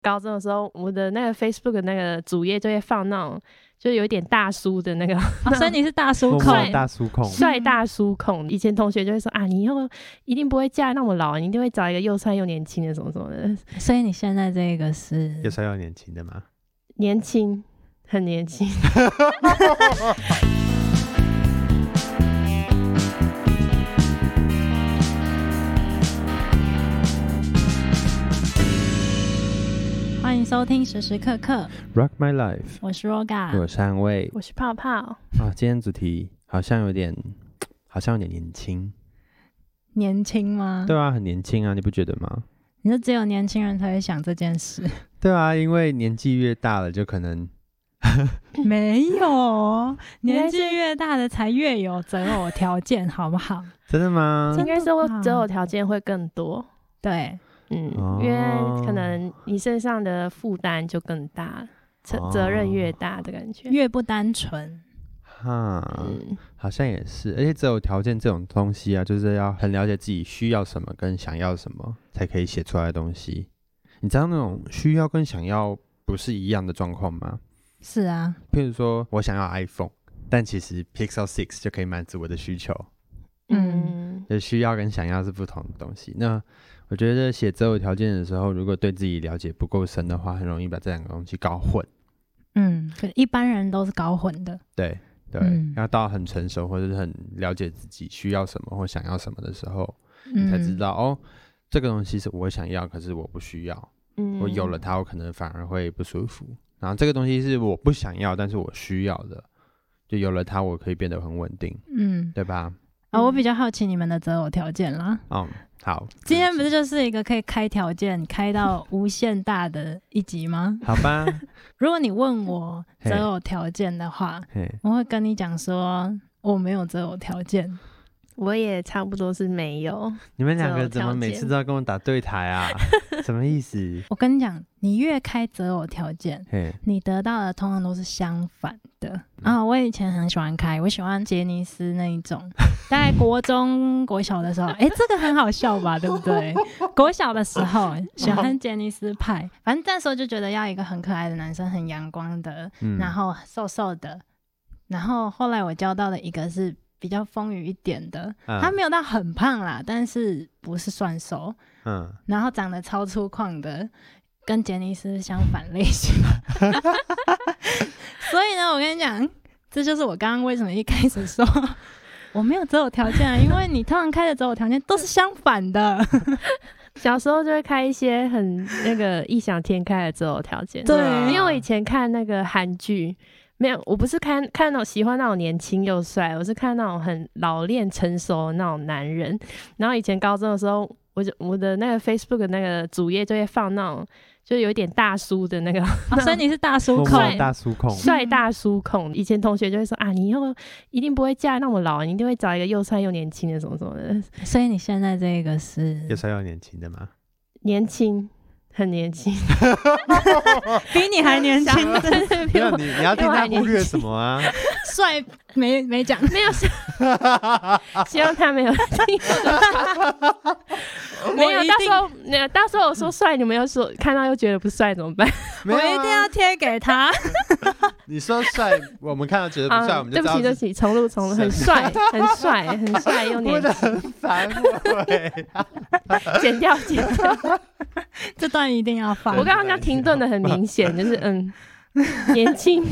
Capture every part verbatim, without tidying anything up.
高中的时候，我的那个 Facebook 的那个主页就会放那种就有一点大叔的那个、 哦、所以你是大叔控， 大叔控， 帅大叔控。以前同学就会说啊，你以后一定不会嫁那么老，你一定会找一个又帅又年轻的什么什么的。 所以你现在这个是又帅又年轻的吗？ 年轻，很年轻。 欢迎收听时时刻刻 Rock My Life， 我是 Roga， 我是安慰， 我是泡泡。 啊，今天主题好像有点，好像有点年轻。 年轻吗？ 对啊，很年轻啊，你不觉得吗？ 你说只有年轻人才会想这件事？ 对啊，因为年纪越大了，就可能没有，年纪越大的才越有择偶条件，好不好？ 真的吗？ 应该说择偶条件会更多。 对。 嗯、 哦， 因为可能你身上的负担就更大，责、哦、任越大的感觉， 越不单纯。 哈、嗯，好像也是，而且择偶条件这种东西啊，就是要很了解自己需要什么跟想要什么，才可以写出来的东西。你知道那种需要跟想要不是一样的状况吗？ 是啊， 譬如说我想要 iPhone， 但其实 Pixel 六就可以满足我的需求。 嗯， 就需要跟想要是不同的东西。那我觉得写择偶条件的时候，如果对自己了解不够深的话，很容易把这两个东西搞混。 嗯，一般人都是搞混的。 对对、嗯，要到很成熟或者是很了解自己需要什么或想要什么的时候，嗯、你才知道哦，这个东西是我想要，可是我不需要。嗯，我有了它，我可能反而会不舒服。然后这个东西是我不想要，但是我需要的，就有了它，我可以变得很稳定。嗯，对吧？ 啊、哦，我比较好奇你们的择偶条件啦。 哦，好， 今天不是就是一个可以开条件开到无限大的一集吗？ 好吧。 如果你问我择偶条件的话，我会跟你讲说我没有择偶条件。 我也差不多是没有。 你们两个怎么每次都要跟我打对台啊？什么意思？ 我跟你讲，你越开择偶条件，你得到的通常都是相反的。啊、嗯，我以前很喜欢开，我喜欢杰尼斯那一种。大概国中、国小的时候，哎、欸，这个很好笑吧？对不对？国小的时候喜欢杰尼斯派，反正那时候就觉得要一个很可爱的男生，很阳光的，嗯、然后瘦瘦的。然后后来我交到的一个是比较丰腴一点的、嗯，他没有到很胖啦，但是不是算瘦，嗯，然后长得超粗犷的，跟杰尼斯相反类型。所以呢，我跟你讲，这就是我刚刚为什么一开始说我没有择偶条件啊，因为你通常开的择偶条件都是相反的。 小时候就会开一些很那个异想天开的择偶条件， 对， 因为我以前看那个韩剧。没有，我不是看看那种喜欢那种年轻又帅，我是看那种很老练成熟的那种男人。然后以前高中的时候，我就我的那个 Facebook 的那个主页就会放那种就有一点大叔的那个， 哦、所以你是大叔控， 大叔控， 帅大叔控。以前同学就会说啊，你以后一定不会嫁那么老，你一定会找一个又帅又年轻的什么什么的。 所以你现在这个是又帅又年轻的吗？ 年轻。很年轻， 比你还年轻。 没有你，你要听他忽略什么啊？ 帅没没讲， 没有。希望他没有听。没有，到时候，到时候我说帅，你们又说看到又觉得不帅怎么办？ 我一定要贴给他。 你说帅，我们看到觉得不帅，我们就知道。 对不起，对不起，重录，重录，很帅，很帅，很帅又年轻， 很反胃。 剪掉，剪掉。 这段一定要放。 我刚刚要停顿的很明显，就是嗯，年轻，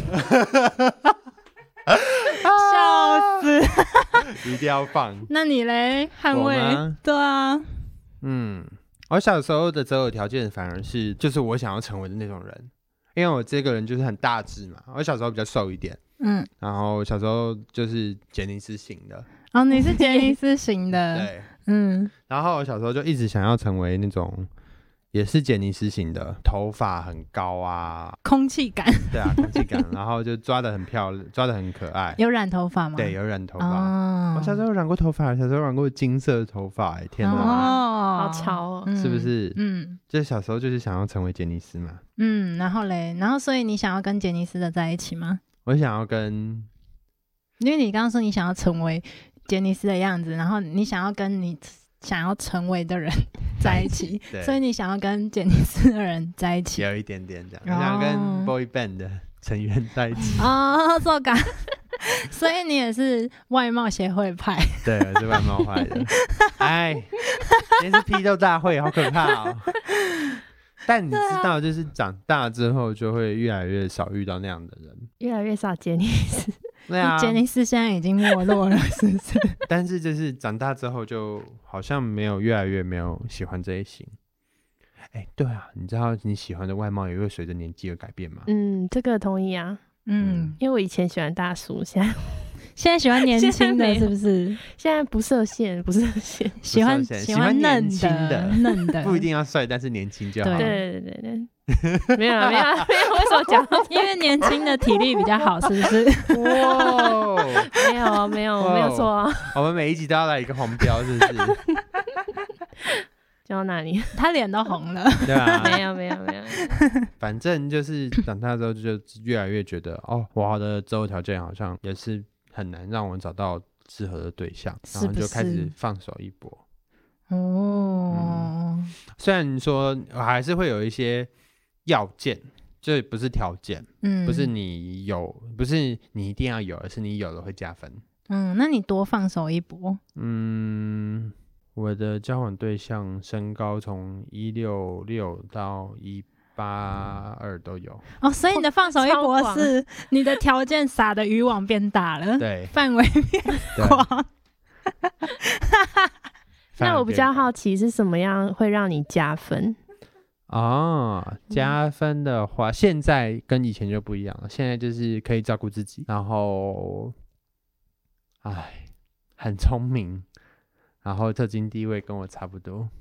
笑死， 一定要放。 那你嘞，捍卫？对啊， 嗯，我小时候的择偶条件反而是就是我想要成为的那种人，因为我这个人就是很大只嘛，我小时候比较瘦一点，嗯，然后小时候就是杰尼斯型的。 哦，你是杰尼斯型的， 对， 嗯， 然后我小时候就一直想要成为那种。也是杰尼斯型的，头发很高啊， 空气感， 对啊，空气感，然后就抓得很漂亮，抓得很可爱。 有染头发吗？ 对，有染头发。哦、我小时候有染过头发，小时候染过金色的头发，哎，天哪， 哦，好潮哦， 是不是？ 嗯， 就小时候就是想要成为杰尼斯嘛。 嗯，然后嘞，然后所以你想要跟杰尼斯的在一起吗？ 我想要跟， 因为你刚刚说你想要成为杰尼斯的样子，然后你想要跟你想要成为的人在一起，所以你想要跟杰尼斯的人在一起， 有一点点这样，你想跟 boy band 的成员在一起哦，这感。所以你也是外貌协会派？ 对，我是外貌派的。哎，今天是批斗大会，好可怕哦！但你知道，就是长大之后就会越来越少遇到那样的人， 越来越少杰尼斯。 对啊， 杰尼斯现在已经没落了，是不是？ 但是就是长大之后，就好像没有越来越没有喜欢这一型。哎，对啊，你知道你喜欢的外貌也会随着年纪而改变吗？ 嗯，这个同意啊。嗯，因为我以前喜欢大叔，现在现在喜欢年轻的，是不是？ 现在不设限，不设限， 喜欢喜欢嫩的， 嫩的， 不一定要帅，但是年轻就好。 对对对对，没有没有没有，为什么讲？ 因为年轻的体力比较好，是不是？ 哇，没有没有没有错啊！ 我们每一集都要来一个红标，是不是？ 讲到哪里？ 他脸都红了。 对啊， 没有没有没有。 反正就是长大之后就越来越觉得，哦，我的择偶条件好像也是很难让我找到适合的对象，然后就开始放手一搏。哦、嗯，虽然说还是会有一些要件，这不是条件，嗯，不是你有，不是你一定要有，而是你有了会加分。 嗯，那你多放手一搏。 嗯。我的交往对象身高从一六六到一八二都有哦，所以你的放手一搏是你的条件撒的渔网变大了， 对， 范围变广。 那我比较好奇是什么样会让你加分哦？加分的话，现在跟以前就不一样了，现在就是可以照顾自己，然后，哎，很聪明。然后特经地位跟我差不多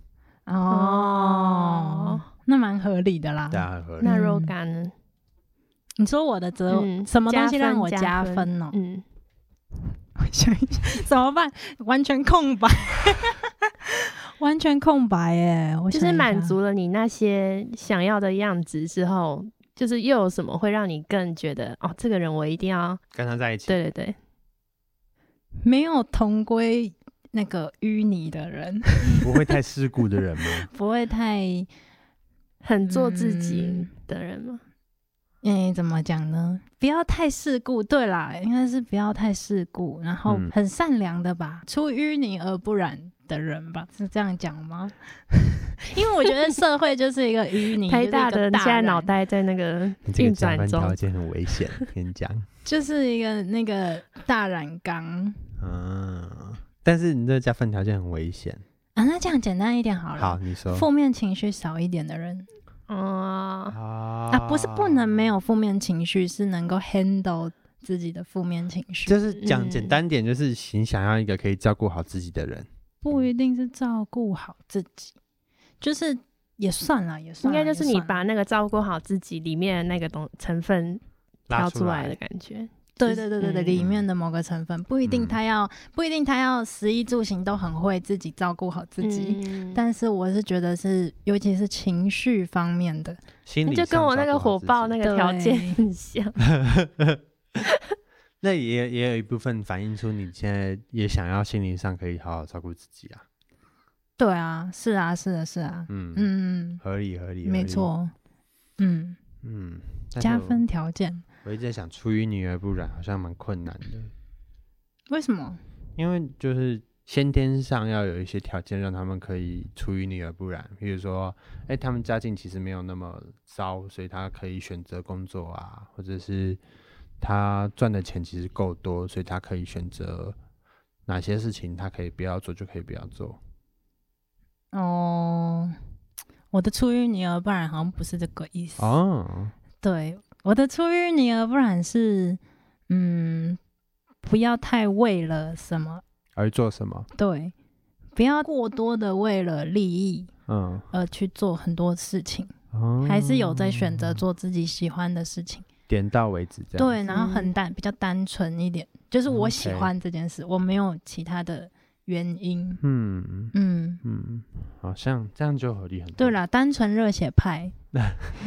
哦，那蛮合理的啦。 对啊，很合理。 那肉感呢？ 你说我的择偶、嗯、什么东西让我加分哦？嗯，我想一下怎么办？完全空白，完全空白耶！我就是满足了你那些想要的样子之后，就是又有什么会让你更觉得哦，这个人我一定要跟他在一起？ 对对对， 没有同归。那个淤泥的人不会太世故的人吗？ 不会太很做自己的人吗？ 嗯，怎么讲呢？不要太世故。对啦，应该是不要太世故，然后很善良的吧，嗯、出淤泥而不染的人吧，是这样讲吗？因为我觉得社会就是一个淤泥， 太大的，你现在脑袋在那个运转中， 这个加分条件很危险，跟你讲， 就是一个那个大染缸。 嗯。但是你这加分条件很危险啊！那这样简单一点好了。 好，你说负面情绪少一点的人， 哦、 啊啊，不是不能没有负面情绪，是能够 handle 自己的负面情绪。 就是讲简单点，就是你想要一个可以照顾好自己的人， 不一定是照顾好自己，就是也算了，也算应该就是你把那个照顾好自己里面的那个东成分挑出来的感觉。 对对对对对、嗯，里面的某个成分不一定他要、嗯、不一定他要食衣住行都很会自己照顾好自己、嗯，但是我是觉得是尤其是情绪方面的， 心理就跟我那个火爆那个条件很像。 那也也有一部分反映出你现在也想要心理上可以好好照顾自己啊。 对啊，是啊，是啊，是啊，嗯嗯， 合理合理， 没错，嗯嗯，加分条件。 我一直在想，出淤泥而不染好像蛮困难的。 为什么？ 因为就是先天上要有一些条件让他们可以出淤泥而不染，比如说，哎、欸，他们家境其实没有那么糟，所以他可以选择工作啊，或者是他赚的钱其实够多，所以他可以选择哪些事情他可以不要做就可以不要做。 哦，我的出淤泥而不染好像不是这个意思哦。对。我的出淤泥而不染是，嗯，不要太为了什么而做什么， 对，不要过多的为了利益，嗯，而去做很多事情，哦、还是有在选择做自己喜欢的事情， 点到为止这样。 对，然后很单，比较单纯一点，就是我喜欢这件事， okay. 我没有其他的原因。嗯嗯嗯，好像这样就合理很多。 对啦，单纯热血派。 单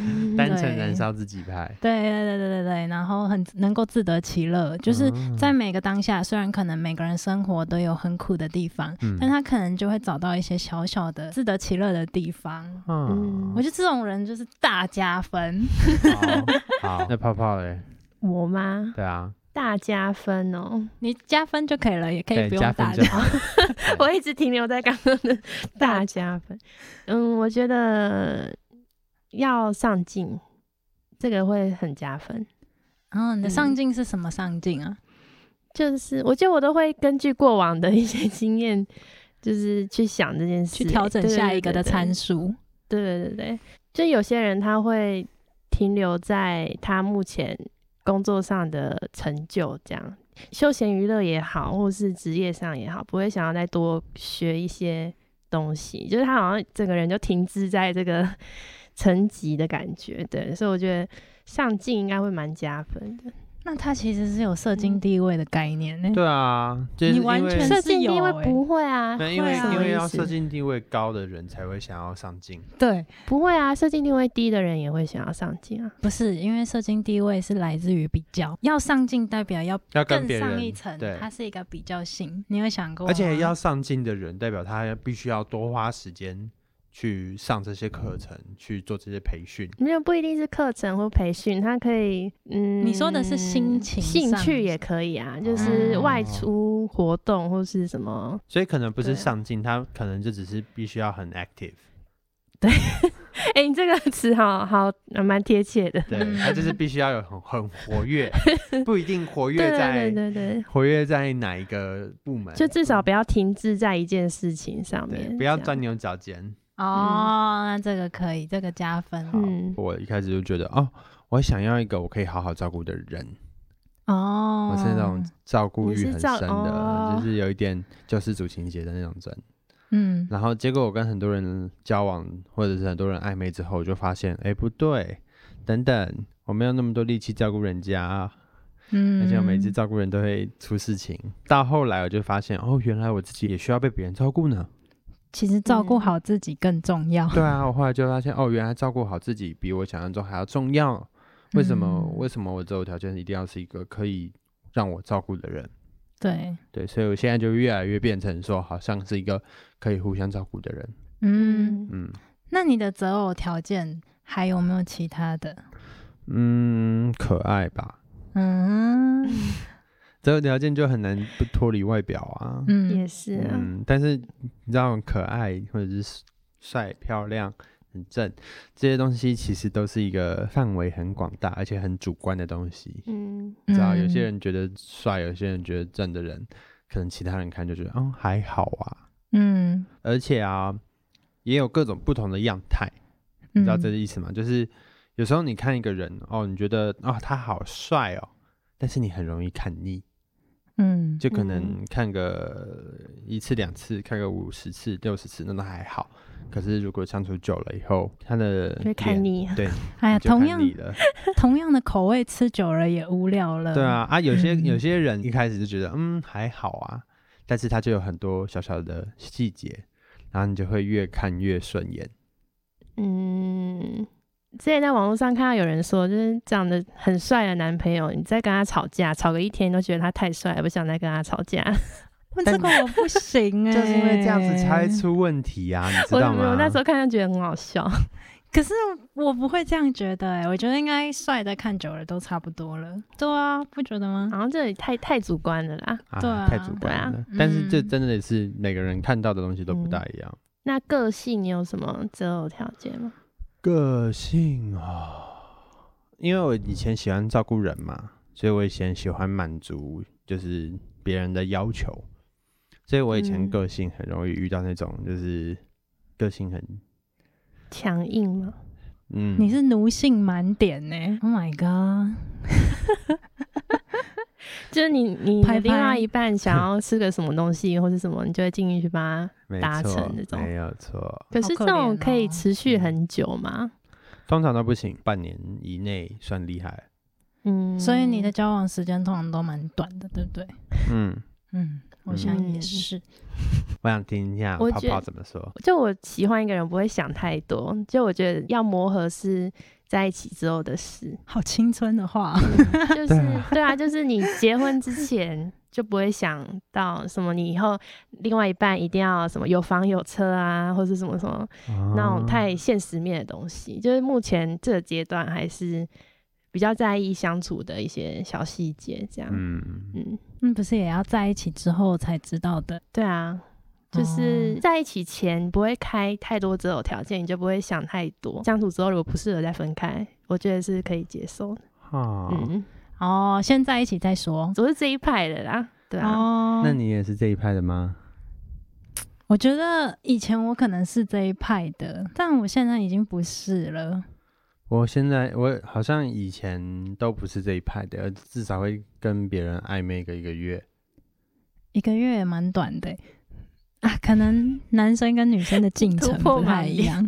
单纯燃烧自己派。 对对对对对对，然后很能够自得其乐，就是在每个当下，虽然可能每个人生活都有很苦的地方，嗯、但他可能就会找到一些小小的自得其乐的地方。嗯，我觉得这种人就是大加分。 好，好那泡泡嘞？ 我吗？ 对啊。 大加分哦， 你加分就可以了，也可以不用大加分。 我一直停留在刚刚的大加分。嗯，我觉得要上进，这个会很加分。 哦，你的上进是什么上进啊？ 嗯、就是我觉得我都会根据过往的一些经验，就是去想这件事， 去调整下一个的参数。 对对对对，就有些人他会停留在他目前工作上的成就，这样休闲娱乐也好，或是职业上也好，不会想要再多学一些东西，就是他好像整个人就停滞在这个层级的感觉。对，所以我觉得上进应该会蛮加分的。 那他其实是有社经地位的概念呢、欸。 对啊，就是、 你完全社经地位不会啊， 对，因为因为要社经地位高的人才会想要上进。 对， 不会啊，社经地位低的人也会想要上进啊。 不是，因为社经地位是来自于比较，要上进代表要更上一层，它是一个比较性。你有想过吗？ 而且要上进的人，代表他必须要多花时间去上这些课程，去做这些培训。 没有，不一定是课程或培训，他可以，嗯， 你说的是心情、 兴趣也可以啊，就是外出活动或是什么。 所以可能不是上进，他可能就只是必须要很 active。 对，哎、欸，你这个词好好蛮贴切的。 对，他就是必须要有很很活跃，不一定活跃在对对对对活跃在哪一个部门， 就至少不要停滞在一件事情上面， 不要钻牛角尖。 哦、嗯，那这个可以，这个加分。 嗯，我一开始就觉得，哦，我想要一个我可以好好照顾的人。哦，我是那种照顾欲很深的，哦、就是有一点救世主情节的那种人。嗯，然后结果我跟很多人交往，或者是很多人暧昧之后，我就发现，哎，不对，等等，我没有那么多力气照顾人家。嗯，而且我每次照顾人都会出事情。到后来我就发现，哦，原来我自己也需要被别人照顾呢。 其实照顾好自己更重要。 对啊，我后来就发现，哦，原来照顾好自己比我想象中还要重要。为什么？嗯、为什么我择偶条件一定要是一个可以让我照顾的人？ 对对，所以我现在就越来越变成说，好像是一个可以互相照顾的人。 嗯嗯。那你的择偶条件还有没有其他的？ 嗯，可爱吧。嗯。择偶条件就很难不脱离外表啊。 嗯，也是啊。 嗯，但是你知道，可爱或者是帅、漂亮、很正，这些东西其实都是一个范围很广大，而且很主观的东西。嗯，你知道，有些人觉得帅，有些人觉得正的人，可能其他人看就觉得，哦，还好啊。嗯，而且啊，也有各种不同的样态，你知道这个意思吗？嗯、就是有时候你看一个人，哦，你觉得哦他好帅哦，但是你很容易看腻。嗯，就可能看个一次两次，看个五十次六十次那都还好，可是如果相处久了以后，他的会看腻。 对， 哎呀，同样同样的口味吃久了也无聊了。 对啊，啊，有些、嗯、有些人一开始就觉得嗯还好啊，但是他就有很多小小的细节，然后你就会越看越顺眼。 嗯。之前在网络上看到有人说，就是长得很帅的男朋友，你再跟他吵架，吵个一天都觉得他太帅了，不想再跟他吵架。 这个我不行哎、欸， 就是因为这样子才出问题啊，你知道吗？ 我, 我那时候看就觉得很好笑， 可是我不会这样觉得哎、欸，我觉得应该帅的看久了都差不多了。对啊，不觉得吗？ 好像这里太太主观了啦。 对啊， 太主观了。啊、但是这真的是每个人看到的东西都不大一样。嗯、 那个性你有什么择偶条件吗？ 个性哦，因为我以前喜欢照顾人嘛，所以我以前喜欢满足就是别人的要求，所以我以前个性很容易遇到那种就是个性很强硬吗？ 嗯，你是奴性满点呢 ！Oh my god！ 就是你你的另外一半想要吃个什么东西或是什么，你就会尽力去帮他达成这种， 没有错。 可是这种可以持续很久吗？ 通常都不行，半年以内算厉害。 嗯，所以你的交往时间通常都蛮短的，对不对？嗯嗯，我想也是。嗯、 我想听一下泡泡怎么说。 就我喜欢一个人不会想太多，就我觉得要磨合是在一起之后的事。 好青春的话。 就是对啊，就是你结婚之前就不会想到什么你以后另外一半一定要什么有房有车啊，或是什么什么那种太现实面的东西。就是目前这个阶段还是比较在意相处的一些小细节这样。嗯嗯嗯，不是也要在一起之后才知道的？ 对啊，就是在一起前不会开太多择偶条件，你就不会想太多，相处之后如果不适合再分开，我觉得是可以接受的。 哦， 嗯， 哦，先在一起再说。 我是这一派的啦。对啊， 哦， 那你也是这一派的吗？ 我觉得以前我可能是这一派的，但我现在已经不是了。 我现在我好像以前都不是这一派的，至少会跟别人暧昧个一个月， 一个月也蛮短的啊，可能男生跟女生的进程不太一样。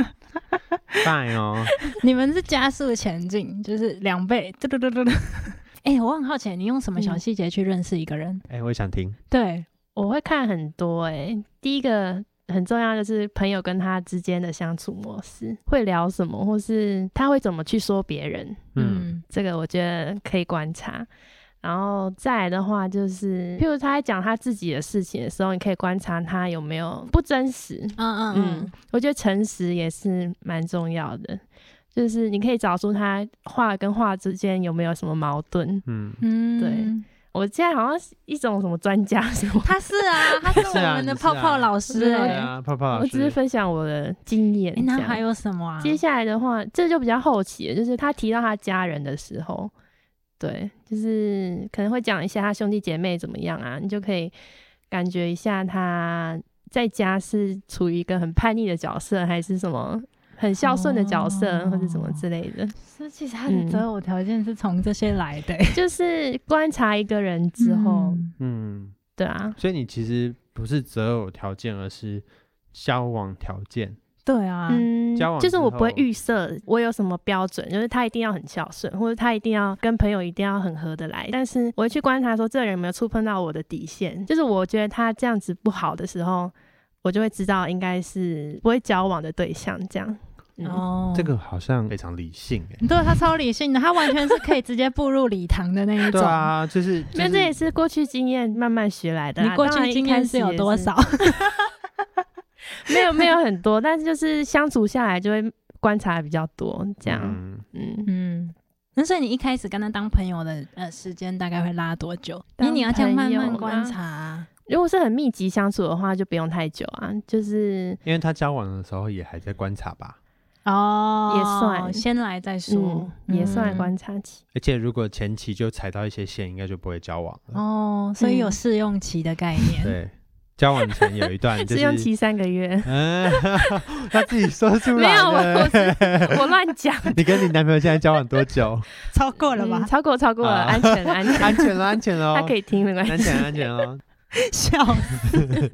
fine 哦， 你们是加速前进，就是两倍，嘟嘟嘟嘟嘟。哎、欸，我很好奇，你用什么小细节去认识一个人？ 哎、欸，我也想听。 对， 我会看很多、欸。哎，第一个很重要就是朋友跟他之间的相处模式，会聊什么，或是他会怎么去说别人。嗯，这个我觉得可以观察。然后再来的话，就是譬如他在讲他自己的事情的时候，你可以观察他有没有不真实。嗯嗯嗯，我觉得诚实也是蛮重要的。就是你可以找出他话跟话之间有没有什么矛盾。嗯嗯，对，我现在好像是一种什么专家什么， 他是啊，他是我们的泡泡老师哎、欸啊，泡泡老师， 我只是分享我的经验、欸。 那还有什么啊？ 接下来的话，这就比较后期了，就是他提到他家人的时候，对，就是可能会讲一下他兄弟姐妹怎么样啊，你就可以感觉一下他在家是处于一个很叛逆的角色，还是什么很孝顺的角色、哦、或者什么之类的。 所以其实他的择偶条件是从这些来的、欸嗯、就是观察一个人之后，嗯，对啊， 所以你其实不是择偶条件，而是交往条件。 对啊， 嗯，就是我不会预设我有什么标准，就是他一定要很孝顺，或者他一定要跟朋友一定要很合得来，但是我会去观察说这个人有没有触碰到我的底线，就是我觉得他这样子不好的时候，我就会知道应该是不会交往的对象这样。 嗯、哦， 这个好像非常理性哎， 对，他超理性的，他完全是可以直接步入礼堂的那一种。 对啊，就是， 因为这也是过去经验慢慢学来的、啊。 你过去经验是有多少？ 没有没有很多，但是就是相处下来就会观察比较多，这样。嗯嗯, 嗯那所以你一开始跟他当朋友的呃时间大概会拉多久？因为你要这样慢慢观察、啊。 如果是很密集相处的话，就不用太久啊，就是因为他交往的时候也还在观察吧。 哦， 也算先来再说、 嗯，也算观察期、 嗯。而且如果前期就踩到一些线，应该就不会交往了。 哦，所以有试用期的概念。 嗯、对。交往前有一段就是试用期三个月， 嗯，他自己说出来的， 没有，我乱讲。 你跟你男朋友现在交往多久？ 超过了吧？ 嗯、超过，超过了，啊、安全了，安全， 安全了，安全了， 他可以听，没关系， 安全，安全哦。 笑死。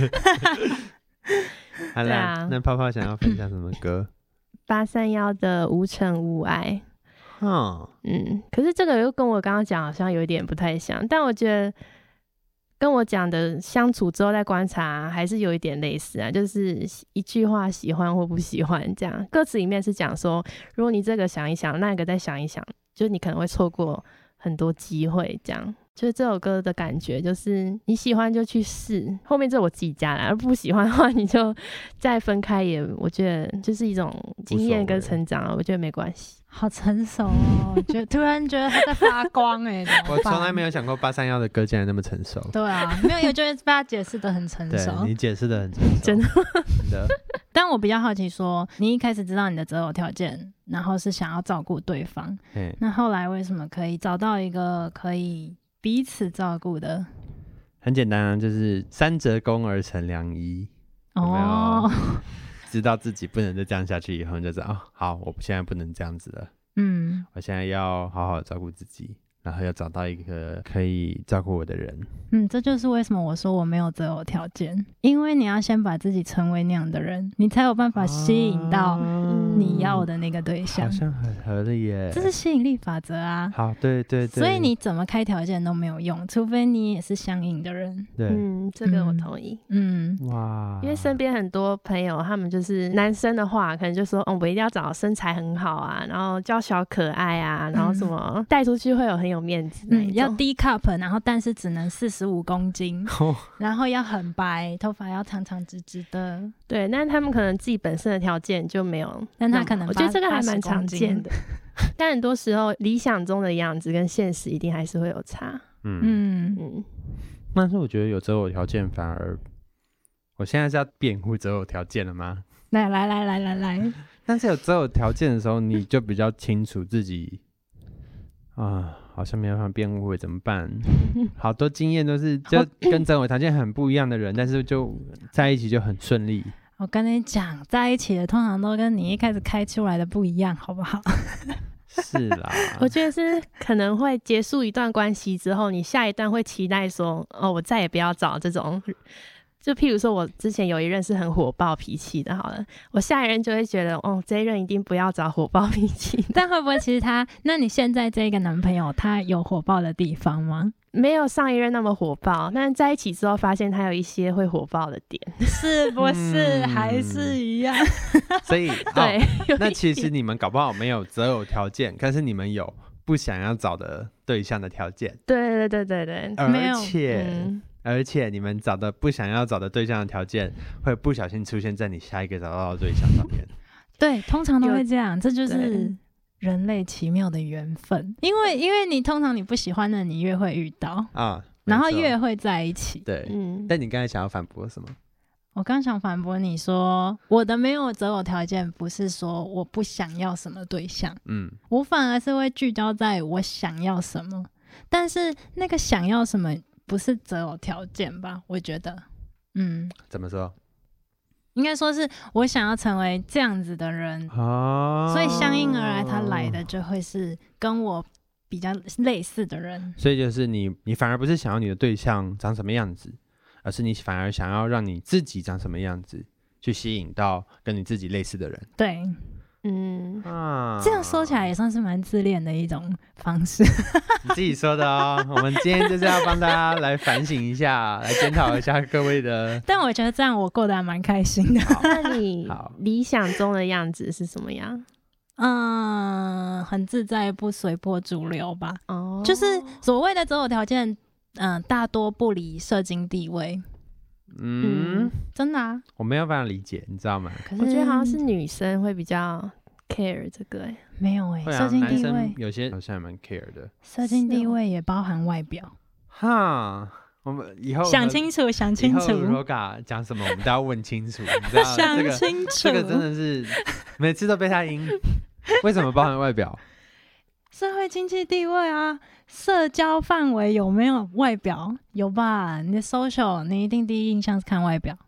好啦、啊，那泡泡想要分享什么歌？ 八三夭的《无尘无爱》。嗯嗯，可是这个又跟我刚刚讲好像有一点不太像，但我觉得。跟我讲的相处之后再观察还是有一点类似啊，就是一句话喜欢或不喜欢这样。歌词里面是讲说，如果你这个想一想，那个再想一想，就是你可能会错过很多机会这样。就是这首歌的感觉就是你喜欢就去试，后面这我自己加啦，而不喜欢的话你就再分开也，我觉得就是一种经验跟成长啊，我觉得没关系。 好成熟哦，就突然觉得他在发光哎、欸！ 我从来没有想过八三夭的歌竟然那么成熟。 对啊，没有，我觉得被他解释的很成熟。 对，你解释的很成熟， 真的真的。 但我比较好奇说，你一开始知道你的择偶条件，然后是想要照顾对方，那后来为什么可以找到一个可以彼此照顾的？ 很简单啊，就是三折肱而成良医。有没有？哦知道自己不能再这样下去以后，你就知道、哦、好，我现在不能这样子了。嗯，我现在要好好照顾自己， 然后要找到一个可以照顾我的人。 嗯，这就是为什么我说我没有择偶条件，因为你要先把自己成为那样的人，你才有办法吸引到你要的那个对象。 好像很合理耶， 这是吸引力法则啊。 好，对对对， 所以你怎么开条件都没有用，除非你也是相应的人。 对， 嗯，这个我同意。 嗯， 哇， 因为身边很多朋友，他们就是男生的话，可能就说，哦，我一定要找身材很好啊，然后娇小可爱啊，然后什么带出去会有很有面子那一种、 嗯、要低 cup， 然后但是只能四十五公斤，然后要很白，头发要长长直直的。 对，但是他们可能自己本身的条件就没有， 但他可能我觉得这个还蛮常见的。但很多时候理想中的样子跟现实一定还是会有差。 嗯嗯嗯， 但是我觉得有择偶条件反而，我现在是要辩护择偶条件了吗？ 来来来来来来， 但是有择偶条件的时候，你就比较清楚自己啊，好像没办法辩护，怎么办？好多经验都是就跟择偶条件很不一样的人，但是就在一起就很顺利。 我跟你讲，在一起的通常都跟你一开始开出来的不一样，好不好？ 是啦， 我觉得是可能会结束一段关系之后，你下一段会期待说，哦，我再也不要找这种。就譬如说我之前有一任是很火爆脾气的，好了，我下一任就会觉得，哦，这一任一定不要找火爆脾气。 但会不会其实他，那你现在这个男朋友他有火爆的地方吗？ 没有上一任那么火爆，但是在一起之后发现他有一些会火爆的点， 是不是、嗯、还是一样？ 所以对、 哦，那其实你们搞不好没有择偶条件，可是你们有不想要找的对象的条件。 对对对对对， 而且、嗯、而且你们找的不想要找的对象的条件，会不小心出现在你下一个找到的对象上面。 对，通常都会这样，这就是人类奇妙的缘分，因为因为你通常你不喜欢的，你越会遇到啊，然后越会在一起。 对，嗯。但你刚才想要反驳什么？ 我刚想反驳你说，我的没有择偶条件不是说我不想要什么对象，嗯，我反而是会聚焦在我想要什么，但是那个想要什么不是择偶条件吧？我觉得，嗯， 怎么说？ 应该说是我想要成为这样子的人，哦、所以相应而来，他来的就会是跟我比较类似的人。 所以就是你，你反而不是想要你的对象长什么样子，而是你反而想要让你自己长什么样子，去吸引到跟你自己类似的人。 对，嗯，啊、这样说起来也算是蛮自恋的一种方式。 你自己说的哦。我们今天就是要帮大家来反省一下，来检讨一下各位的。 但我觉得这样我过得还蛮开心的。 那你理想中的样子是什么样？ 嗯，很自在，不随波逐流吧。哦，就是所谓的择偶条件，嗯、呃，大多不离社经地位。嗯，真的啊， 我没有办法理解，你知道吗？ 可是我觉得好像是女生会比较 care 这个、欸， 没有哎、 欸， 社经地位有些好像也蛮 care 的。 社经地位也包含外表。 哈，我们以后想清楚，想清楚。 Roga 讲什么，我们都要问清楚，你知道吗？ 想清楚， 这个真的是每次都被他赢。为什么包含外表？ 社会经济地位啊，社交范围有没有外表？有吧？你的 social， 你一定第一印象是看外表。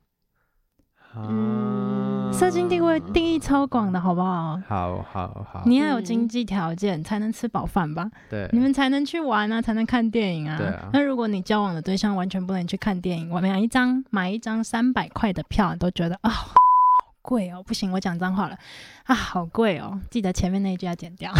嗯，社经地位定义超广的，好不好？ 好好好， 你要有经济条件才能吃饱饭吧？ 对， 你们才能去玩啊，才能看电影啊。 对啊。 那如果你交往的对象完全不能去看电影，我买一张买一张三百块的票，你都觉得啊。哦贵哦，不行，我讲脏话了啊，好贵哦！记得前面那一句要剪掉。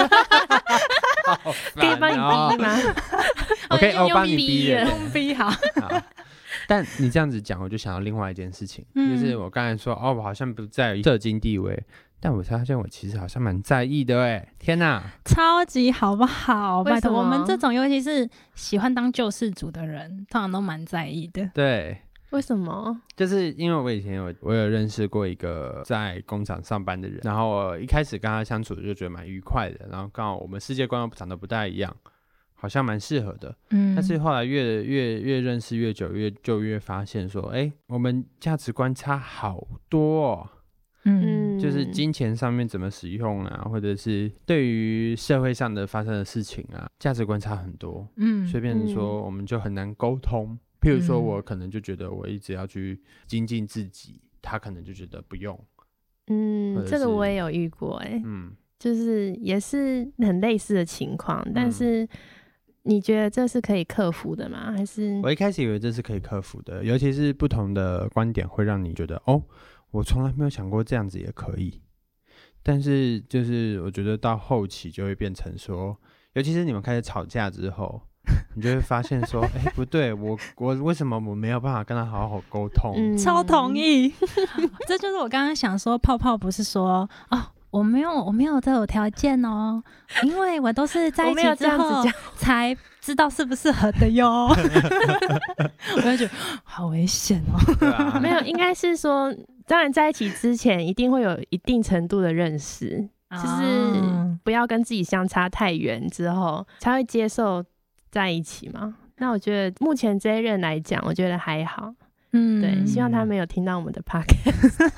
可以帮你逼吗？ 我可以我帮你逼耶，用逼好。 好，但你这样子讲，我就想到另外一件事情，嗯、就是我刚才说哦，我好像不在于社经地位，但我发现我其实好像蛮在意的哎！天哪， 超级好不好？拜托，我们这种尤其是喜欢当救世主的人，通常都蛮在意的。 对。 为什么？ 就是因为我以前有我有认识过一个在工厂上班的人，然后我一开始跟他相处就觉得蛮愉快的，然后刚好我们世界观长得不太一样，好像蛮适合的。嗯，但是后来越越越认识越久，越就越发现说，哎，我们价值观差好多哦。嗯，就是金钱上面怎么使用啊，或者是对于社会上的发生的事情啊，价值观差很多。嗯，所以变成说我们就很难沟通。譬如说我可能就觉得我一直要去精进自己，他可能就觉得不用。 嗯，这个我也有遇过哎、欸，嗯，就是也是很类似的情况，但是你觉得这是可以克服的吗？还是我一开始以为这是可以克服的，尤其是不同的观点会让你觉得哦，我从来没有想过这样子也可以。但是就是我觉得到后期就会变成说，尤其是你们开始吵架之后，你就会发现说，哎、欸，不对，我我为什么我没有办法跟他好好沟通？ 嗯、超同意，这就是我刚刚想说，泡泡不是说哦。我没有，我没有择偶条件哦，因为我都是在一起之后才知道适不适合的哟。我就觉得好危险哦。 啊、没有，应该是说，当然在一起之前一定会有一定程度的认识，啊、就是不要跟自己相差太远之后才会接受在一起嘛。那我觉得目前这一任来讲，我觉得还好。嗯，对，希望他没有听到我们的 podcast。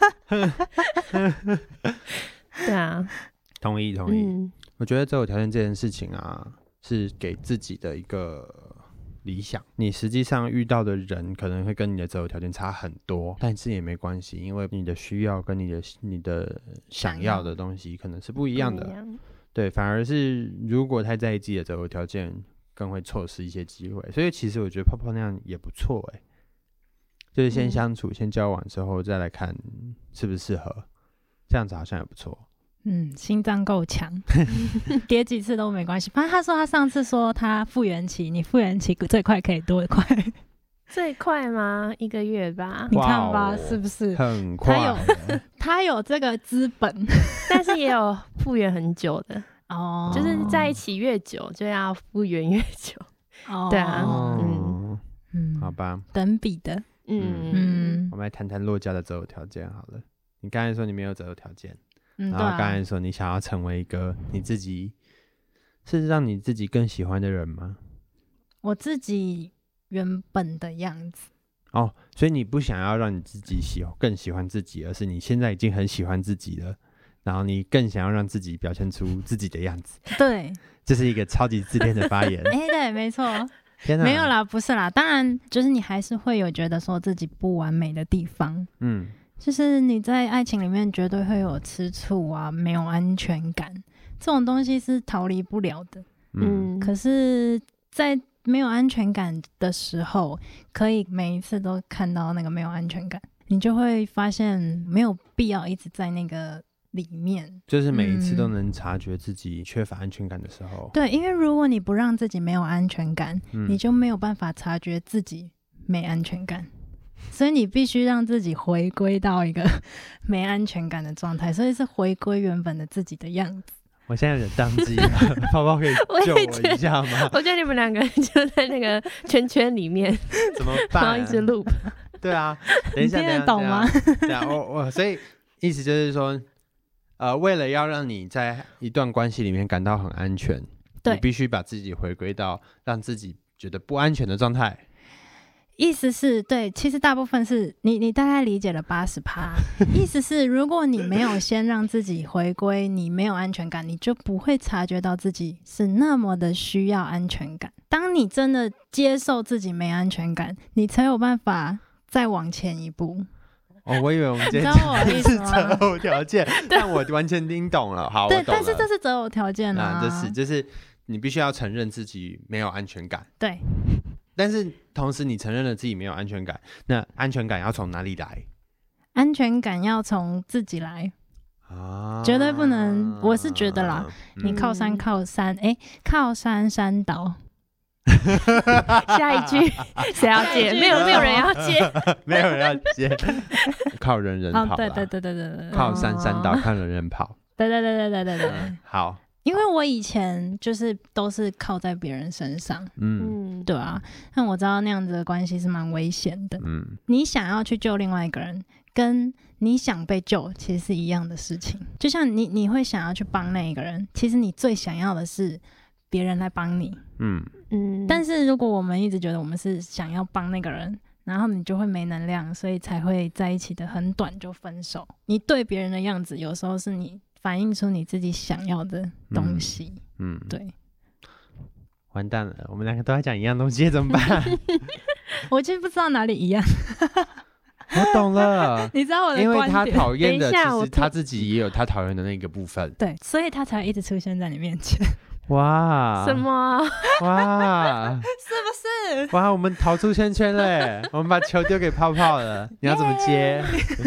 对啊， 同意同意、嗯。我觉得择偶条件这件事情啊，是给自己的一个理想。你实际上遇到的人可能会跟你的择偶条件差很多，但是也没关系，因为你的需要跟你的你的想要的东西可能是不一样的。嗯、对，反而是如果太在意自己的择偶条件，更会错失一些机会。所以其实我觉得泡泡那样也不错哎、欸。就是先相处、嗯、先交往之后再来看适不适合，这样子好像也不错。 嗯，心脏够强，跌几次都没关系。反正他说他上次说他复原期，你复原期最快可以多快？ 最快吗？一个月吧。 你看吧，是不是很快？ 他有他有这个资本， 但是也有复原很久的哦，就是在一起越久就要复原越久。哦，对啊，嗯嗯，好吧， 等比的。 嗯嗯，我们来谈谈洛家的择偶条件好了。你刚才说你没有择偶条件，嗯、然后刚才说你想要成为一个你自己是让你自己更喜欢的人吗？ 我自己原本的样子。 哦，所以你不想要让你自己喜更喜欢自己，而是你现在已经很喜欢自己了，然后你更想要让自己表现出自己的样子。 对， 这是一个超级自恋的发言。 哎、欸，对，没错。没有啦，不是啦，当然就是你还是会有觉得说自己不完美的地方，嗯，就是你在爱情里面绝对会有吃醋啊，没有安全感，这种东西是逃离不了的，嗯，可是在没有安全感的时候，可以每一次都看到那个没有安全感，你就会发现没有必要一直在那个里面， 就是每一次都能察觉自己缺乏安全感的时候、 嗯、对，因为如果你不让自己没有安全感、嗯、你就没有办法察觉自己没安全感，所以你必须让自己回归到一个没安全感的状态，所以是回归原本的自己的样子。 我现在有点当机了，泡泡可以救我一下吗？ 我觉得你们两个人就在那个圈圈里面怎么办、啊、 然后一直 loop。 对啊，等一下， 你听得懂吗？ 对啊，我我所以意思就是说呃，为了要让你在一段关系里面感到很安全，你必须把自己回归到让自己觉得不安全的状态。 意思是，对，其实大部分是你，你大概理解了八十趴。意思是，如果你没有先让自己回归，你没有安全感，你就不会察觉到自己是那么的需要安全感。当你真的接受自己没安全感，你才有办法再往前一步。 哦，我以为我们今天讲的是择偶条件，但我完全听懂了。好， 对， 我懂了。 但是这是择偶条件啊， 那这是就是你必须要承认自己没有安全感。 对， 但是同时你承认了自己没有安全感，那安全感要从哪里来？ 安全感要从自己来啊，绝对不能。我是觉得啦，嗯、你靠山靠山，哎、欸，靠山山倒。 下一句谁要接？没有，没有人要接， 没有人要接。靠人人跑啦、哦， 对对对对对对， 靠山山倒，看人人跑。 对对对对对对对。 好， 因为我以前就是都是靠在别人身上，嗯，对啊。但我知道那样子的关系是蛮危险的。嗯，你想要去救另外一个人，跟你想被救其实是一样的事情。就像你你会想要去帮那一个人，其实你最想要的是别人来帮你。嗯嗯，但是如果我们一直觉得我们是想要帮那个人，然后你就会没能量，所以才会在一起的很短就分手。你对别人的样子，有时候是你反映出你自己想要的东西。嗯，嗯对。 完蛋了，我们两个都在讲一样东西，怎么办？ 我其实不知道哪里一样。 我懂了， 你知道我的观点， 因为他讨厌的，其实他自己也有他讨厌的那个部分。 对，所以他才一直出现在你面前。 哇， 什么？ 哇， 是不是？ 哇，我们逃出圈圈了，我们把球丢给泡泡了，你要怎么接？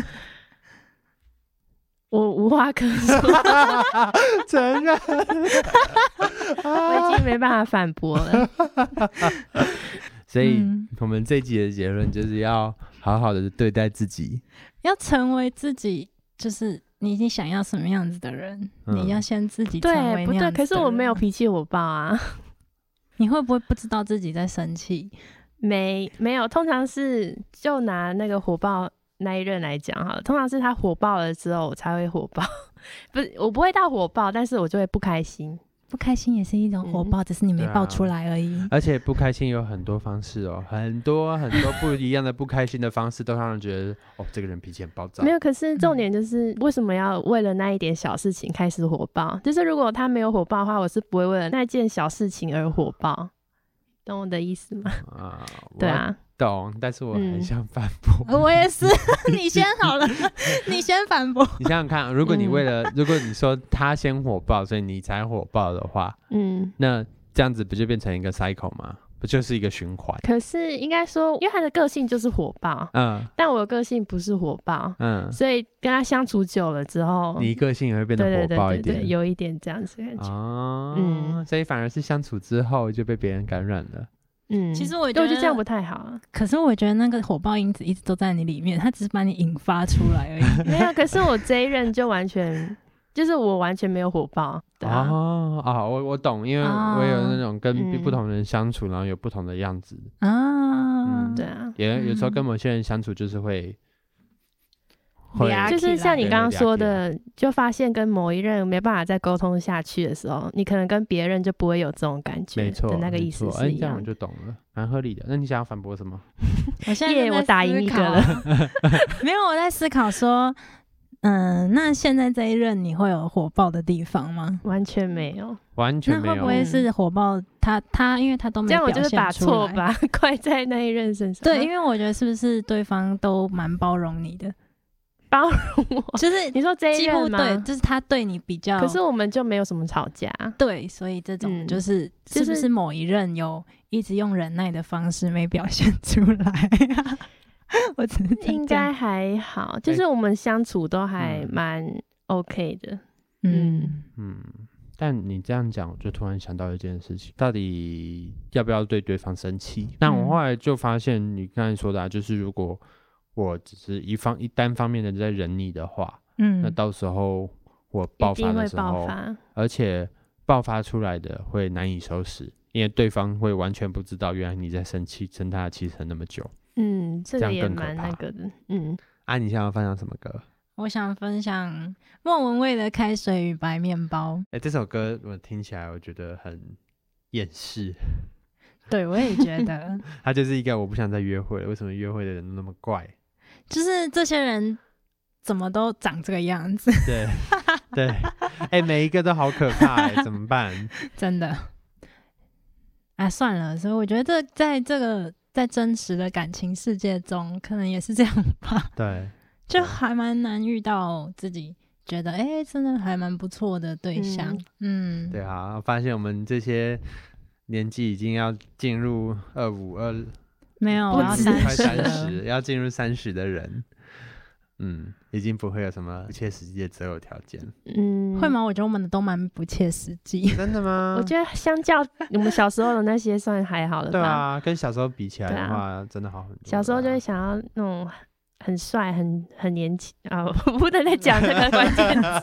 我无话可说， 承认， 我已经没办法反驳了。 所以我们这一集的结论就是要好好的对待自己， 要成为自己，就是你已经想要什么样子的人，嗯、你要先自己成为那样子的人。 对，不对？可是我没有脾气火爆啊。 你会不会不知道自己在生气？ 没，没有。通常是就拿那个火爆那一任来讲好了，通常是他火爆了之后我才会火爆，不是我不会到火爆，但是我就会不开心。 不开心也是一种火爆，嗯、只是你没爆出来而已。 啊、而且不开心有很多方式哦，很多很多不一样的不开心的方式，都让人觉得哦，这个人脾气很暴躁。 没有，可是重点就是为什么要为了那一点小事情开始火爆？就是如果他没有火爆的话，我是不会为了那件小事情而火爆。懂我的意思吗？啊，对啊， 懂，但是我很想反驳。 嗯、我也是，你先好了，你先反驳。 你想想看，如果你为了，嗯、如果你说他先火爆，所以你才火爆的话，嗯，那这样子不就变成一个 cycle 吗？不就是一个循环？ 可是应该说，因为他的个性就是火爆，嗯，但我的个性不是火爆，嗯，所以跟他相处久了之后， 你个性也会变得火爆一点，对对对对对， 有一点这样子的感觉， 哦，嗯，所以反而是相处之后就被别人感染了。 嗯，其实我觉得这样不太好啊。 可是我觉得那个火爆因子一直都在你里面，它只是把你引发出来而已。 没有，可是我这一任就完全。就是我完全没有火爆，对啊， 哦啊，我我懂，因为我有那种跟不同人相处，嗯、然後有不同的样子啊， 嗯，对啊， 也有时候跟某些人相处就是会， 会就是像你刚刚说的，就发现跟某一任没办法再沟通下去的时候，你可能跟别人就不会有这种感觉， 没错的那个意思是一样的。 哎，这样我就懂了，蛮合理的。那你想要反驳什么？ 我现在耶， 我打赢一个了， 没有，我在思考说。嗯，那现在这一任你会有火爆的地方吗？ 完全没有， 完全没有。 那会不会是火爆他他因为他都没表现出来，这样我就是把错吧怪在那一任身上。 对，因为我觉得是不是对方都蛮包容你的， 包容我， 就是你说这一任吗？ 对，就是他对你比较。 可是我们就没有什么吵架。对， 所以这种就是、嗯、是不是某一任有一直用忍耐的方式没表现出来？我只是应该还好，就是我们相处都还蛮 OK 的。 嗯嗯，但你这样讲，我就突然想到一件事情，到底要不要对对方生气？但、嗯、我后来就发现，你刚才说的、啊，就是如果我只是一方一单方面的在忍你的话，嗯，那到时候我爆发的时候，而且爆发出来的会难以收拾，因为对方会完全不知道，原来你在生气，生他的气撑那么久。 嗯，这个也蛮那个的。嗯， 啊，你想要分享什么歌？ 我想分享莫文蔚的《开水与白面包》。 哎、欸，这首歌我听起来我觉得很厌世。 对，我也觉得。 他就是一个我不想再约会了。为什么约会的人都那么怪？ 就是这些人怎么都长这个样子。 对对，哎、欸，每一个都好可怕哎、欸，怎么办？ 真的。啊，算了，所以我觉得这在这个。在真实的感情世界中，可能也是这样吧。 对， 就还蛮难遇到自己觉得哎、欸，真的还蛮不错的对象。嗯， 嗯对啊，发现我们这些年纪已经要进入二五二， 没有，我要三十，要进入三十的人，嗯，已经不会有什么不切实际的择偶条件。 嗯，会吗？我觉得我们的都蛮不切实际。 真的吗？ 我觉得相较我们小时候的那些算还好了吧。 对啊，跟小时候比起来的话，啊、真的好很多。 小时候就会想要那种很帅、很很年轻啊！我不能再讲这个关键词。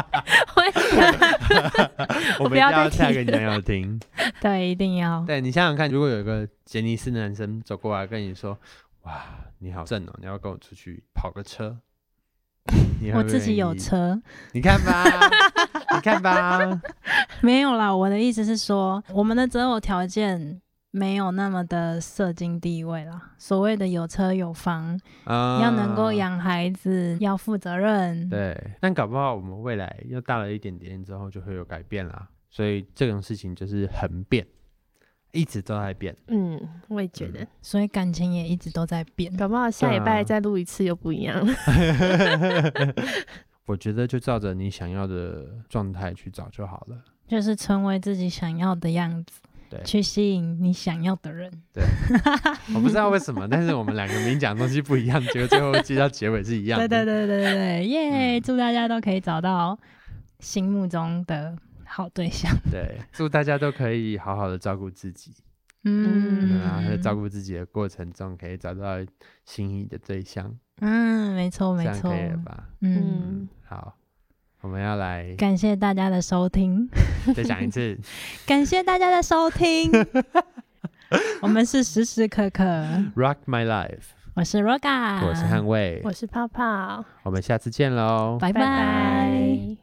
我不要再跳给你男友听。 对，一定要。 对，你想想看，如果有一个杰尼斯的男生走过来跟你说：“哇，你好正哦，你要跟我出去跑个车。” 我自己有车， 你看吧，你看吧， 没有啦。我的意思是说，我们的择偶条件没有那么的社经地位啦。所谓的有车有房，啊、要能够养孩子，要负责任。 对，但搞不好我们未来又大了一点点之后，就会有改变啦。所以这种事情就是恒变。一直都在变， 嗯，我也觉得、嗯， 所以感情也一直都在变， 搞不好下礼拜再录一次又不一样了。 我觉得就照着你想要的状态去找就好了。 就是成为自己想要的样子，对，去吸引你想要的人。 对，我不知道为什么，但是我们两个明讲的东西不一样，结果最后接到结尾是一样的。 对对对对对，耶、yeah, 嗯！祝大家都可以找到心目中的好对象。 对，祝大家都可以好好的照顾自己。嗯，然后在照顾自己的过程中，可以找到心仪的对象。 嗯，没错没错， 这样可以了吧？嗯，好。我们要来感谢大家的收听， 再讲一次， 感谢大家的收听。我们是时时刻刻 Rock My Life， 我是 Roga， 我是汉卫， 我是泡泡， 我们下次见喽， 拜拜。